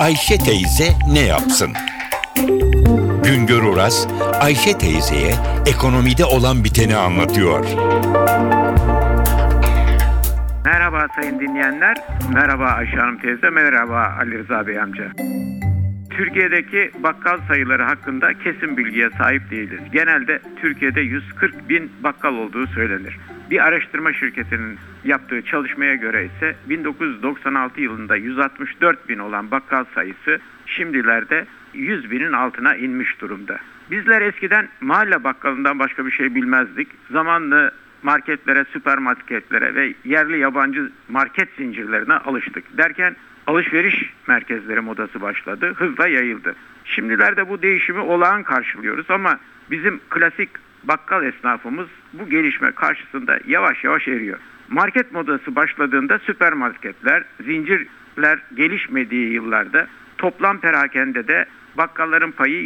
Ayşe teyze ne yapsın? Güngör Oras, Ayşe teyzeye ekonomide olan biteni anlatıyor. Merhaba sayın dinleyenler, merhaba Ayşe Hanım teyze, merhaba Ali Rıza Bey amca. Türkiye'deki bakkal sayıları hakkında kesin bilgiye sahip değiliz. Genelde Türkiye'de 140 bin bakkal olduğu söylenir. Bir araştırma şirketinin yaptığı çalışmaya göre ise 1996 yılında 164 bin olan bakkal sayısı şimdilerde 100 binin altına inmiş durumda. Bizler eskiden mahalle bakkalından başka bir şey bilmezdik. Zamanla marketlere, süpermarketlere ve yerli yabancı market zincirlerine alıştık. Derken alışveriş merkezleri modası başladı, hızla yayıldı. Şimdilerde bu değişimi olağan karşılıyoruz ama bizim klasik bakkal esnafımız bu gelişme karşısında yavaş yavaş eriyor. Market modası başladığında süpermarketler, zincirler gelişmediği yıllarda toplam perakendede bakkalların payı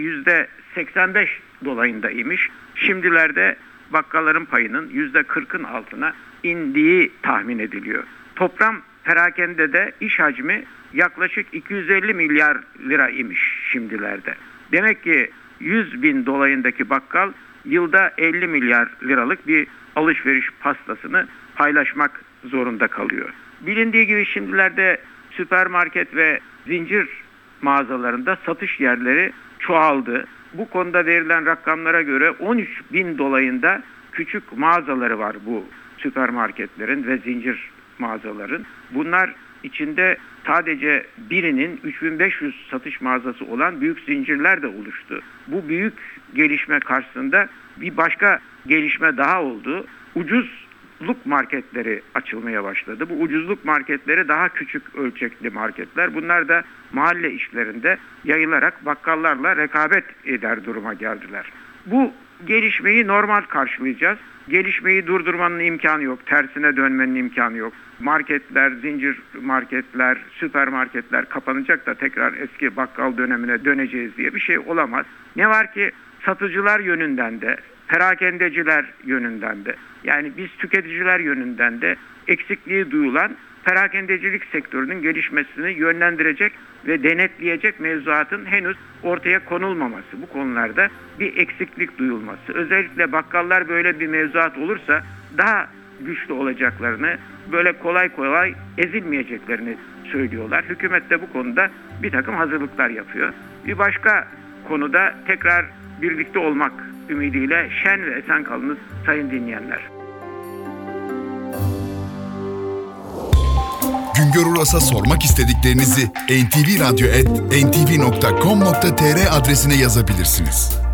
%85 dolayında imiş. Şimdilerde bakkalların payının %40'ın altına indiği tahmin ediliyor. Toplam perakendede iş hacmi yaklaşık 250 milyar lira imiş şimdilerde. Demek ki 100 bin dolayındaki bakkal yılda 50 milyar liralık bir alışveriş pastasını paylaşmak zorunda kalıyor. Bilindiği gibi şimdilerde süpermarket ve zincir mağazalarında satış yerleri çoğaldı. Bu konuda verilen rakamlara göre 13 bin dolayında küçük mağazaları var bu süpermarketlerin ve zincir mağazaların. Bunlar içinde sadece birinin 3500 satış mağazası olan büyük zincirler de oluştu. Bu büyük gelişme karşısında bir başka gelişme daha oldu. Ucuzluk marketleri açılmaya başladı. Bu ucuzluk marketleri daha küçük ölçekli marketler. Bunlar da mahalle işlerinde yayılarak bakkallarla rekabet eder duruma geldiler. Bu gelişmeyi normal karşılayacağız. Gelişmeyi durdurmanın imkanı yok. Tersine dönmenin imkanı yok. Marketler, zincir marketler, süpermarketler kapanacak da tekrar eski bakkal dönemine döneceğiz diye bir şey olamaz. Ne var ki satıcılar yönünden de, perakendeciler yönünden de, yani biz tüketiciler yönünden de eksikliği duyulan perakendecilik sektörünün gelişmesini yönlendirecek ve denetleyecek mevzuatın henüz ortaya konulmaması, bu konularda bir eksiklik duyulması. Özellikle bakkallar böyle bir mevzuat olursa daha güçlü olacaklarını, böyle kolay kolay ezilmeyeceklerini söylüyorlar. Hükümet de bu konuda bir takım hazırlıklar yapıyor. Bir başka konuda tekrar birlikte olmak ümidiyle şen ve esen kalınız sayın dinleyenler. Güngör Uras'a sormak istediklerinizi ntv.com.tr adresine yazabilirsiniz.